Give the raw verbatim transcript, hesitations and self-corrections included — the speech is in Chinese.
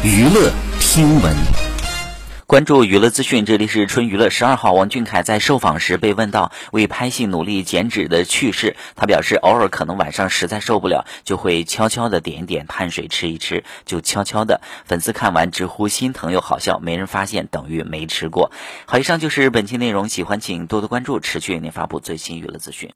娱乐听闻。 关注娱乐资讯，这里是春娱乐。十二号，王俊凯在受访时被问到为拍戏努力减脂的趣事，他表示偶尔可能晚上实在受不了，就会悄悄的点一点碳水吃一吃，就悄悄的。粉丝看完直呼心疼又好笑，没人发现等于没吃过。好，以上就是本期内容，喜欢请多多关注，持续为您发布最新娱乐资讯。